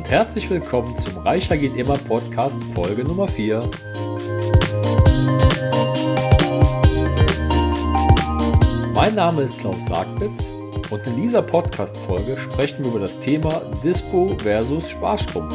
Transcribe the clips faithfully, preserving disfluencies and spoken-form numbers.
und herzlich willkommen zum Reicher geht immer Podcast Folge Nummer vier. Mein Name ist Klaus Sargwitz und in dieser Podcast-Folge sprechen wir über das Thema Dispo versus Sparstrumpf.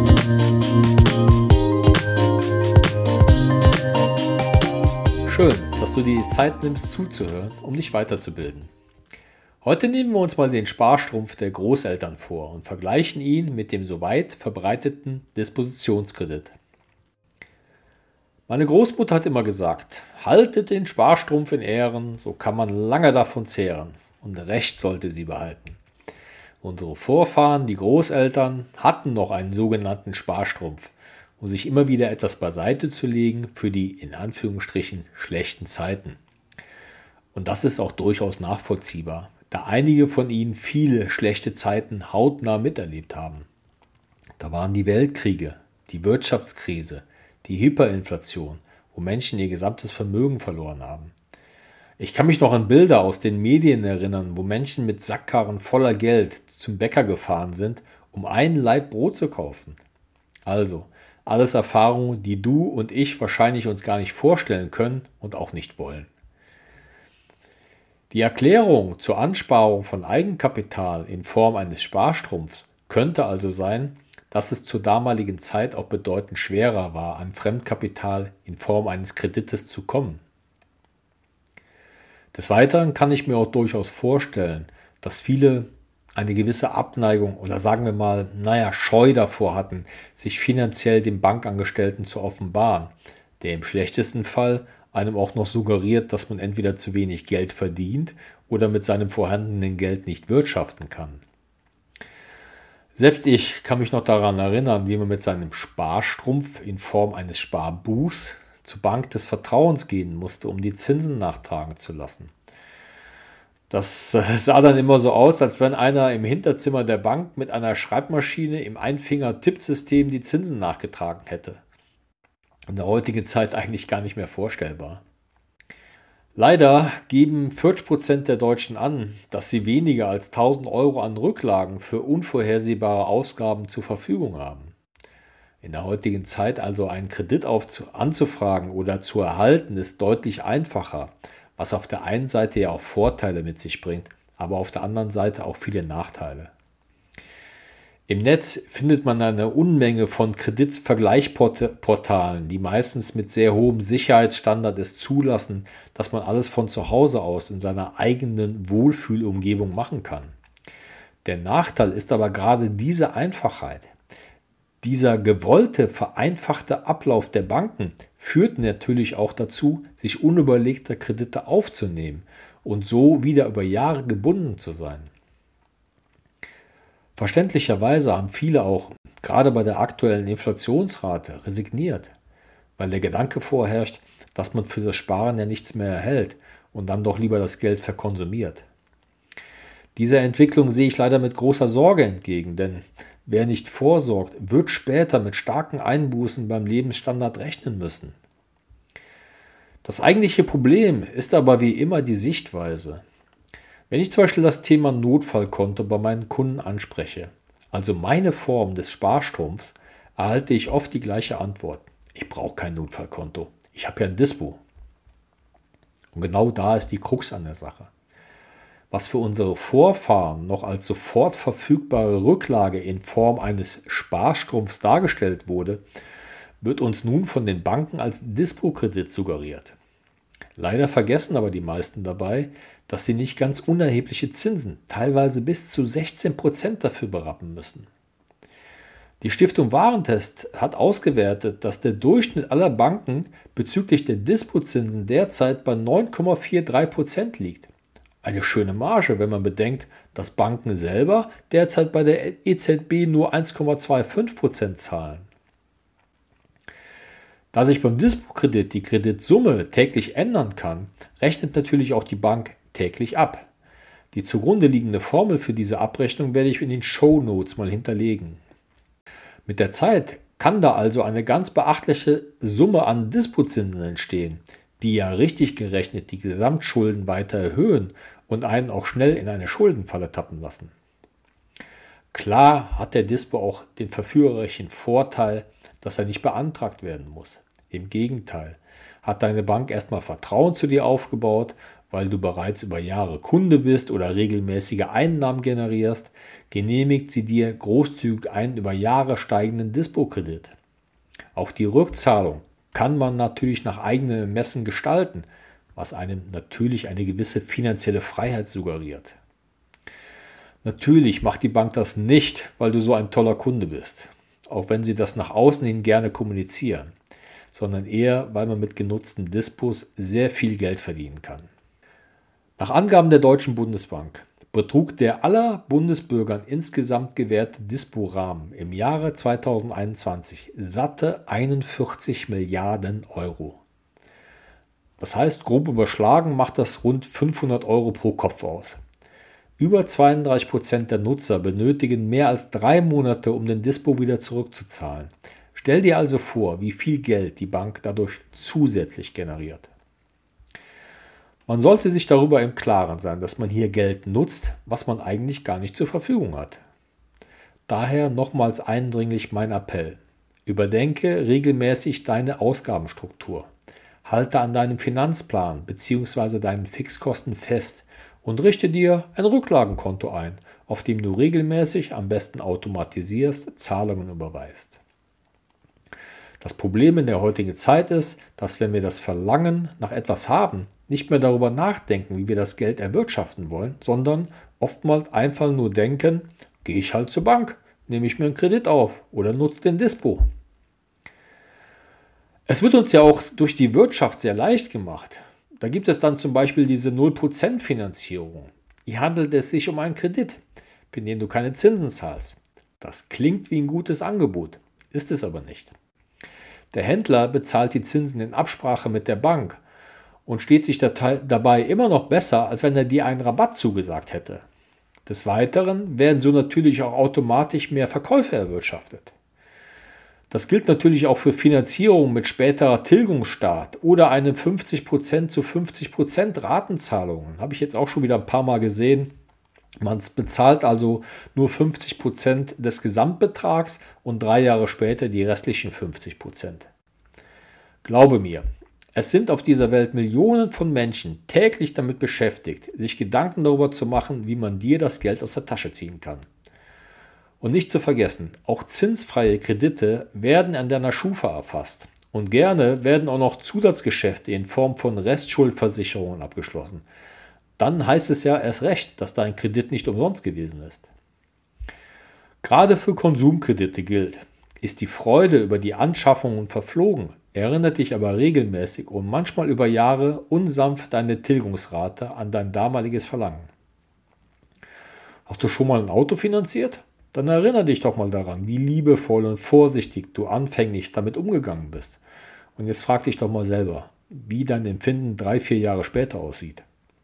Schön, dass du dir die Zeit nimmst zuzuhören, um dich weiterzubilden. Heute nehmen wir uns mal den Sparstrumpf der Großeltern vor und vergleichen ihn mit dem so weit verbreiteten Dispositionskredit. Meine Großmutter hat immer gesagt, haltet den Sparstrumpf in Ehren, so kann man lange davon zehren. Und recht sollte sie behalten. Unsere Vorfahren, die Großeltern, hatten noch einen sogenannten Sparstrumpf, um sich immer wieder etwas beiseite zu legen für die, in Anführungsstrichen, schlechten Zeiten. Und das ist auch durchaus nachvollziehbar, da einige von ihnen viele schlechte Zeiten hautnah miterlebt haben. Da waren die Weltkriege, die Wirtschaftskrise, die Hyperinflation, wo Menschen ihr gesamtes Vermögen verloren haben. Ich kann mich noch an Bilder aus den Medien erinnern, wo Menschen mit Sackkarren voller Geld zum Bäcker gefahren sind, um einen Laib Brot zu kaufen. Also, alles Erfahrungen, die du und ich wahrscheinlich uns gar nicht vorstellen können und auch nicht wollen. Die Erklärung zur Ansparung von Eigenkapital in Form eines Sparstrumpfs könnte also sein, dass es zur damaligen Zeit auch bedeutend schwerer war, an Fremdkapital in Form eines Kredites zu kommen. Des Weiteren kann ich mir auch durchaus vorstellen, dass viele eine gewisse Abneigung oder sagen wir mal, naja, Scheu davor hatten, sich finanziell dem Bankangestellten zu offenbaren, der im schlechtesten Fall einem auch noch suggeriert, dass man entweder zu wenig Geld verdient oder mit seinem vorhandenen Geld nicht wirtschaften kann. Selbst ich kann mich noch daran erinnern, wie man mit seinem Sparstrumpf in Form eines Sparbuchs zur Bank des Vertrauens gehen musste, um die Zinsen nachtragen zu lassen. Das sah dann immer so aus, als wenn einer im Hinterzimmer der Bank mit einer Schreibmaschine im Einfinger-Tippsystem die Zinsen nachgetragen hätte. In der heutigen Zeit eigentlich gar nicht mehr vorstellbar. Leider geben vierzig Prozent der Deutschen an, dass sie weniger als tausend Euro an Rücklagen für unvorhersehbare Ausgaben zur Verfügung haben. In der heutigen Zeit also einen Kredit aufzu- anzufragen oder zu erhalten, ist deutlich einfacher, was auf der einen Seite ja auch Vorteile mit sich bringt, aber auf der anderen Seite auch viele Nachteile. Im Netz findet man eine Unmenge von Kreditvergleichsportalen, die meistens mit sehr hohem Sicherheitsstandard es zulassen, dass man alles von zu Hause aus in seiner eigenen Wohlfühlumgebung machen kann. Der Nachteil ist aber gerade diese Einfachheit. Dieser gewollte, vereinfachte Ablauf der Banken führt natürlich auch dazu, sich unüberlegte Kredite aufzunehmen und so wieder über Jahre gebunden zu sein. Verständlicherweise haben viele auch, gerade bei der aktuellen Inflationsrate, resigniert, weil der Gedanke vorherrscht, dass man für das Sparen ja nichts mehr erhält und dann doch lieber das Geld verkonsumiert. Dieser Entwicklung sehe ich leider mit großer Sorge entgegen, denn wer nicht vorsorgt, wird später mit starken Einbußen beim Lebensstandard rechnen müssen. Das eigentliche Problem ist aber wie immer die Sichtweise. Wenn ich zum Beispiel das Thema Notfallkonto bei meinen Kunden anspreche, also meine Form des Sparstrumpfs, erhalte ich oft die gleiche Antwort. Ich brauche kein Notfallkonto, ich habe ja ein Dispo. Und genau da ist die Krux an der Sache. Was für unsere Vorfahren noch als sofort verfügbare Rücklage in Form eines Sparstrumpfs dargestellt wurde, wird uns nun von den Banken als Dispo-Kredit suggeriert. Leider vergessen aber die meisten dabei, dass sie nicht ganz unerhebliche Zinsen, teilweise bis zu sechzehn Prozent dafür berappen müssen. Die Stiftung Warentest hat ausgewertet, dass der Durchschnitt aller Banken bezüglich der Dispozinsen derzeit bei neun Komma dreiundvierzig Prozent liegt. Eine schöne Marge, wenn man bedenkt, dass Banken selber derzeit bei der E Z B nur eins Komma fünfundzwanzig Prozent zahlen. Da sich beim Dispo-Kredit die Kreditsumme täglich ändern kann, rechnet natürlich auch die Bank täglich ab. Die zugrunde liegende Formel für diese Abrechnung werde ich in den Shownotes mal hinterlegen. Mit der Zeit kann da also eine ganz beachtliche Summe an Dispozinsen entstehen, die ja richtig gerechnet die Gesamtschulden weiter erhöhen und einen auch schnell in eine Schuldenfalle tappen lassen. Klar hat der Dispo auch den verführerischen Vorteil, dass er nicht beantragt werden muss. Im Gegenteil, hat deine Bank erstmal Vertrauen zu dir aufgebaut, weil du bereits über Jahre Kunde bist oder regelmäßige Einnahmen generierst, genehmigt sie dir großzügig einen über Jahre steigenden Dispo-Kredit. Auch die Rückzahlung kann man natürlich nach eigenem Ermessen gestalten, was einem natürlich eine gewisse finanzielle Freiheit suggeriert. Natürlich macht die Bank das nicht, weil du so ein toller Kunde bist, auch wenn sie das nach außen hin gerne kommunizieren, sondern eher, weil man mit genutzten Dispos sehr viel Geld verdienen kann. Nach Angaben der Deutschen Bundesbank betrug der aller Bundesbürgern insgesamt gewährte Dispo-Rahmen im Jahre zweitausendeinundzwanzig satte einundvierzig Milliarden Euro. Das heißt, grob überschlagen macht das rund fünfhundert Euro pro Kopf aus. Über zweiunddreißig Prozent der Nutzer benötigen mehr als drei Monate, um den Dispo wieder zurückzuzahlen. Stell dir also vor, wie viel Geld die Bank dadurch zusätzlich generiert. Man sollte sich darüber im Klaren sein, dass man hier Geld nutzt, was man eigentlich gar nicht zur Verfügung hat. Daher nochmals eindringlich mein Appell. Überdenke regelmäßig deine Ausgabenstruktur. Halte an deinem Finanzplan bzw. deinen Fixkosten fest und richte dir ein Rücklagenkonto ein, auf dem du regelmäßig, am besten automatisierst, Zahlungen überweist. Das Problem in der heutigen Zeit ist, dass wenn wir das Verlangen nach etwas haben, nicht mehr darüber nachdenken, wie wir das Geld erwirtschaften wollen, sondern oftmals einfach nur denken, gehe ich halt zur Bank, nehme ich mir einen Kredit auf oder nutze den Dispo. Es wird uns ja auch durch die Wirtschaft sehr leicht gemacht. Da gibt es dann zum Beispiel diese null Prozent Finanzierung. Hier handelt es sich um einen Kredit, für den du keine Zinsen zahlst. Das klingt wie ein gutes Angebot, ist es aber nicht. Der Händler bezahlt die Zinsen in Absprache mit der Bank und steht sich dabei immer noch besser, als wenn er dir einen Rabatt zugesagt hätte. Des Weiteren werden so natürlich auch automatisch mehr Verkäufe erwirtschaftet. Das gilt natürlich auch für Finanzierung mit späterer Tilgungsstart oder einem fünfzig Prozent zu fünfzig Prozent Ratenzahlungen. Habe ich jetzt auch schon wieder ein paar Mal gesehen. Man bezahlt also nur fünfzig Prozent des Gesamtbetrags und drei Jahre später die restlichen fünfzig Prozent. Glaube mir, es sind auf dieser Welt Millionen von Menschen täglich damit beschäftigt, sich Gedanken darüber zu machen, wie man dir das Geld aus der Tasche ziehen kann. Und nicht zu vergessen, auch zinsfreie Kredite werden an deiner Schufa erfasst. Und gerne werden auch noch Zusatzgeschäfte in Form von Restschuldversicherungen abgeschlossen. Dann heißt es ja erst recht, dass dein Kredit nicht umsonst gewesen ist. Gerade für Konsumkredite gilt, ist die Freude über die Anschaffungen verflogen, erinnert dich aber regelmäßig und manchmal über Jahre unsanft deine Tilgungsrate an dein damaliges Verlangen. Hast du schon mal ein Auto finanziert? Dann erinnere dich doch mal daran, wie liebevoll und vorsichtig du anfänglich damit umgegangen bist. Und jetzt frag dich doch mal selber, wie dein Empfinden drei, vier Jahre später aussieht.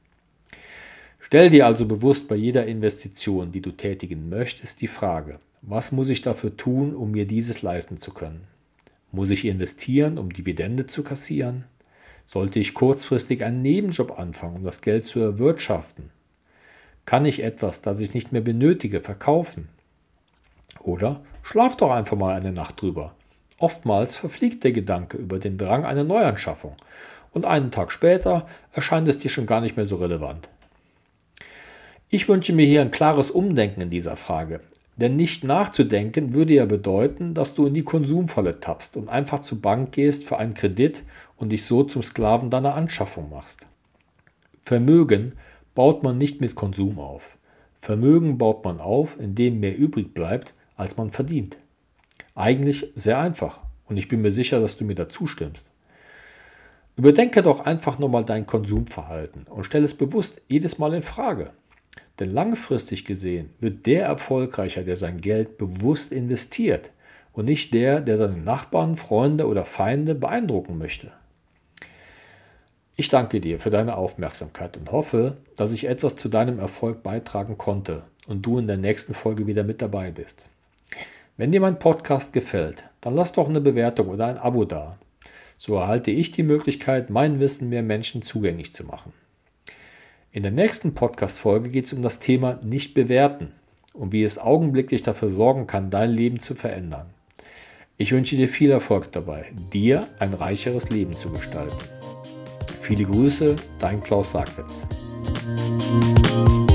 Stell dir also bewusst bei jeder Investition, die du tätigen möchtest, die Frage, was muss ich dafür tun, um mir dieses leisten zu können? Muss ich investieren, um Dividende zu kassieren? Sollte ich kurzfristig einen Nebenjob anfangen, um das Geld zu erwirtschaften? Kann ich etwas, das ich nicht mehr benötige, verkaufen? Oder schlaf doch einfach mal eine Nacht drüber. Oftmals verfliegt der Gedanke über den Drang einer Neuanschaffung und einen Tag später erscheint es dir schon gar nicht mehr so relevant. Ich wünsche mir hier ein klares Umdenken in dieser Frage, denn nicht nachzudenken würde ja bedeuten, dass du in die Konsumfalle tappst und einfach zur Bank gehst für einen Kredit und dich so zum Sklaven deiner Anschaffung machst. Vermögen baut man nicht mit Konsum auf. Vermögen baut man auf, indem mehr übrig bleibt, als man verdient. Eigentlich sehr einfach und ich bin mir sicher, dass du mir da zustimmst. Überdenke doch einfach nochmal dein Konsumverhalten und stell es bewusst jedes Mal in Frage. Denn langfristig gesehen wird der erfolgreicher, der sein Geld bewusst investiert und nicht der, der seine Nachbarn, Freunde oder Feinde beeindrucken möchte. Ich danke dir für deine Aufmerksamkeit und hoffe, dass ich etwas zu deinem Erfolg beitragen konnte und du in der nächsten Folge wieder mit dabei bist. Wenn dir mein Podcast gefällt, dann lass doch eine Bewertung oder ein Abo da. So erhalte ich die Möglichkeit, mein Wissen mehr Menschen zugänglich zu machen. In der nächsten Podcast-Folge geht es um das Thema Nicht bewerten. und wie es augenblicklich dafür sorgen kann, dein Leben zu verändern. Ich wünsche dir viel Erfolg dabei, dir ein reicheres Leben zu gestalten. Viele Grüße, dein Klaus Sagwitz.